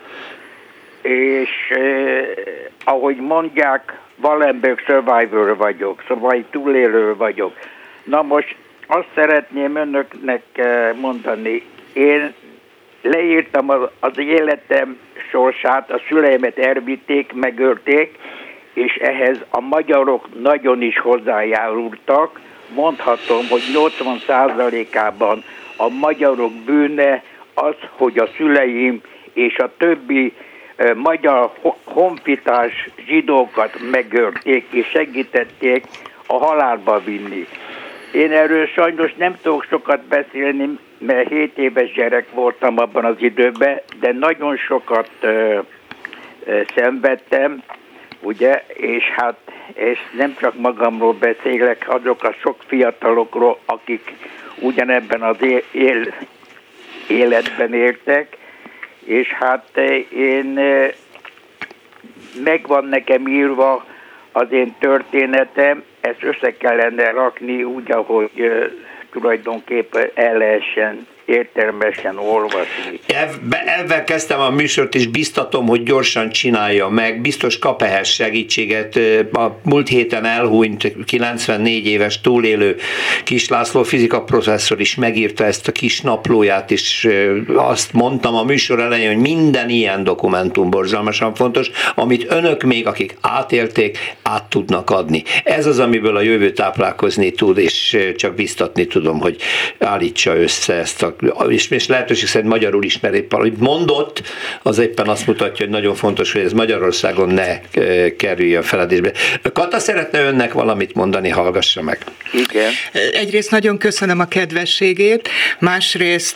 E: és eh, ahogy mondják, Wallenberg survivor vagyok, szóval egy túlélő vagyok. Na most azt szeretném önöknek mondani, én leírtam az, az életem sorsát, a szüleimet elvitték, megölték, és ehhez a magyarok nagyon is hozzájárultak. Mondhatom, hogy nyolcvan százalékában a magyarok bűne az, hogy a szüleim és a többi eh, magyar honfitárs zsidókat megölték, és segítették a halálba vinni. Én erről sajnos nem tudok sokat beszélni, mert hét éves gyerek voltam abban az időben, de nagyon sokat ö, ö, szenvedtem, ugye, és hát és nem csak magamról beszélek, azok a sok fiatalokról, akik ugyanebben az él, él, életben éltek, és hát én megvan nekem írva az én történetem, ezt össze kellene rakni úgy, ahogy uh, tulajdonképpen el lehessen értelmesen olvasni.
B: Ezzel kezdtem a műsort, és biztatom, hogy gyorsan csinálja meg. Biztos kap ehhez segítséget. A múlt héten elhunyt kilencvennégy éves túlélő Kis László fizika professzor is megírta ezt a kis naplóját, és azt mondtam a műsor elején, hogy minden ilyen dokumentum borzalmasan fontos, amit önök még, akik átélték, át tudnak adni. Ez az, amiből a jövő táplálkozni tud, és csak biztatni tudom, hogy állítsa össze ezt a és, és lehetőség szerint magyarul ismer éppen, amit mondott, az éppen azt mutatja, hogy nagyon fontos, hogy ez Magyarországon ne kerüljön feledésbe. Kata szeretne önnek valamit mondani, hallgassa meg.
E: Igen.
D: Egyrészt nagyon köszönöm a kedvességét, másrészt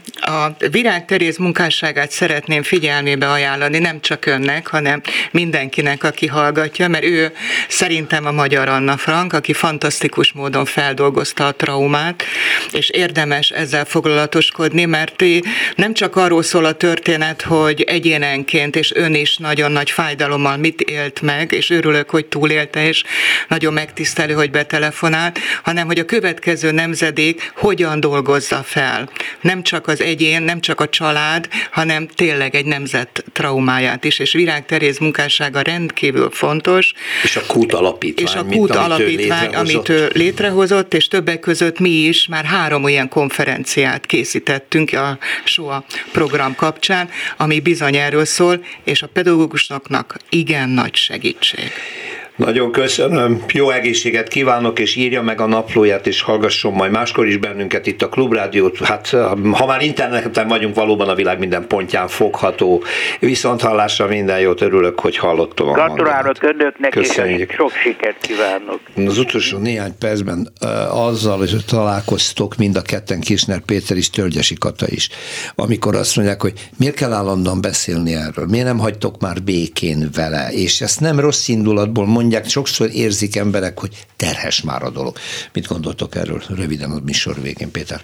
D: a Virág Teréz munkásságát szeretném figyelmébe ajánlani, nem csak önnek, hanem mindenkinek, aki hallgatja, mert ő szerintem a magyar Anna Frank, aki fantasztikus módon feldolgozta a traumát, és érdemes ezzel foglalkozni, mert nem csak arról szól a történet, hogy egyénenként és ön is nagyon nagy fájdalommal mit élt meg, és örülök, hogy túlélte, és nagyon megtisztelő, hogy betelefonált, hanem hogy a következő nemzedék hogyan dolgozza fel. Nem csak az egyén, nem csak a család, hanem tényleg egy nemzet traumáját is, és Virág Teréz munkássága rendkívül fontos.
B: És a Kút Alapítvány.
D: És a Kút Alapítvány, amit ő létrehozott, és többek között mi is már három olyan konferenciát készítettünk a SOA program kapcsán, ami bizony erről szól, és a pedagógusoknak igen nagy segítség.
B: Nagyon köszönöm, jó egészséget kívánok, és írja meg a naplóját, és hallgasson majd máskor is bennünket itt a Klubrádiót. Hát ha már interneten vagyunk, valóban a világ minden pontján fogható. Viszont hallásra minden jót, örülök, hogy hallottam a
E: Gratulálok önöknek,
B: Köszönjük.
E: És sok sikert kívánok.
B: Az utolsó néhány percben uh, azzal, hogy találkoztok mind a ketten, Kirchner Péter is, Tölgyesi Kata is, amikor azt mondják, hogy miért kell állandóan beszélni erről, miért nem hagytok már békén vele, és ezt nem rossz indulatból mondják, sokszor érzik emberek, hogy terhes már a dolog. Mit gondoltok erről röviden a műsor végén, Péter?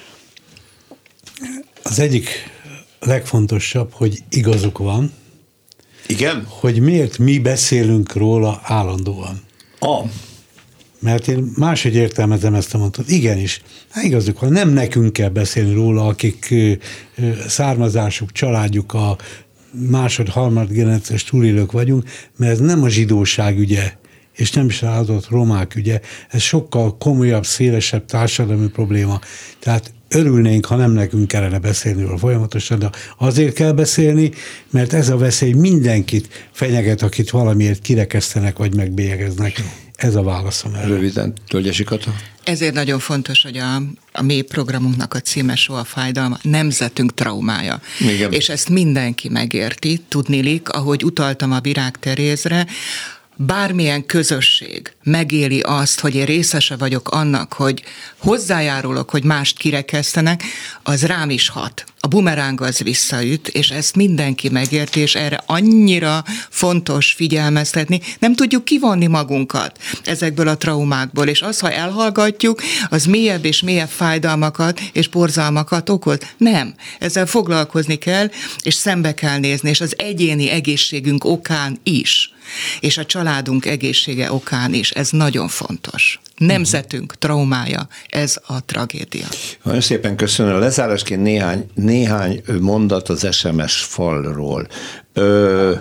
C: Az egyik legfontosabb, hogy igazuk van.
B: Igen?
C: Hogy miért mi beszélünk róla állandóan.
B: A.
C: Mert én máshogy értelmezem ezt a mondatot. Igenis, hát igazuk van, nem nekünk kell beszélni róla, akik származásuk, családjuk a másod, harmad generációs túlélők vagyunk, mert ez nem a zsidóság ügye, és nem is ráadott romák ügye, ez sokkal komolyabb, szélesebb társadalmi probléma. Tehát örülnénk, ha nem nekünk kellene beszélni róla folyamatosan, de azért kell beszélni, mert ez a veszély mindenkit fenyeget, akit valamiért kirekesztenek, vagy megbélyegeznek. Ez a válaszom erre.
B: Röviden, Tölgyesi Kata.
D: Ezért nagyon fontos, hogy a, a mi programunknak a címe Soha fájdalma, nemzetünk traumája.
B: Igen.
D: És ezt mindenki megérti, tudnilik, ahogy utaltam a Virág Terézre, bármilyen közösség megéli azt, hogy én részese vagyok annak, hogy hozzájárulok, hogy mást kirekesztenek, az rám is hat. A bumeráng az visszaüt, és ezt mindenki megérti, és erre annyira fontos figyelmeztetni. Nem tudjuk kivonni magunkat ezekből a traumákból, és az, ha elhallgatjuk, az mélyebb és mélyebb fájdalmakat és borzalmakat okoz. Nem. Ezzel foglalkozni kell, és szembe kell nézni, és az egyéni egészségünk okán is, és a családunk egészsége okán is. Ez nagyon fontos. Nemzetünk traumája, ez a tragédia.
B: Nagyon szépen köszönöm. Lezárásként néhány, néhány mondat az es em es falról. Ö,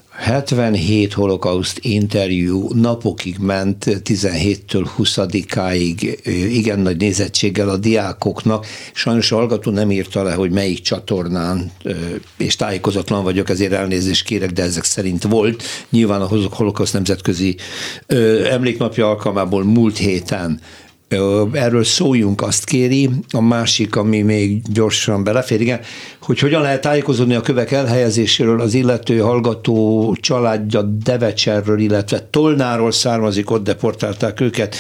B: hetvenhét holokauszt interjú napokig ment, tizenhéttől huszadikáig, igen nagy nézettséggel a diákoknak. Sajnos a hallgató nem írta le, hogy melyik csatornán, és tájékozatlan vagyok, ezért elnézést kérek, de ezek szerint volt. Nyilván a holokauszt nemzetközi emléknapja alkalmából múlt héten. Erről szóljunk, azt kéri. A másik, ami még gyorsan belefér, igen, hogy hogyan lehet tájékozódni a kövek elhelyezéséről, az illető hallgató családja Devecserről, illetve Tolnáról származik, ott deportálták őket.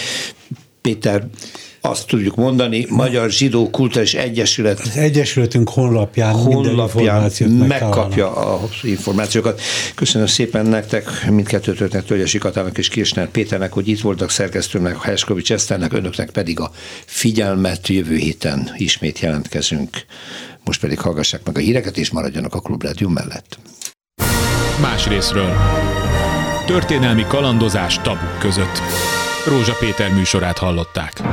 B: Péter, azt tudjuk mondani, Magyar Zsidó Kulturális Egyesület
C: az Egyesületünk honlapján,
B: honlapján megkapja az információkat. Köszönöm szépen nektek, mindkettőtöknek, Tölgyesi Katának és Kirchner Péternek, hogy itt voltak, szerkesztőnek, Herskovics Eszternek, önöknek pedig a figyelmet. Jövő héten ismét jelentkezünk. Most pedig hallgassák meg a híreket, és maradjanak a Klubrádió mellett.
A: Más részről. Történelmi kalandozás tabuk között. Rózsa Péter műsorát hallották.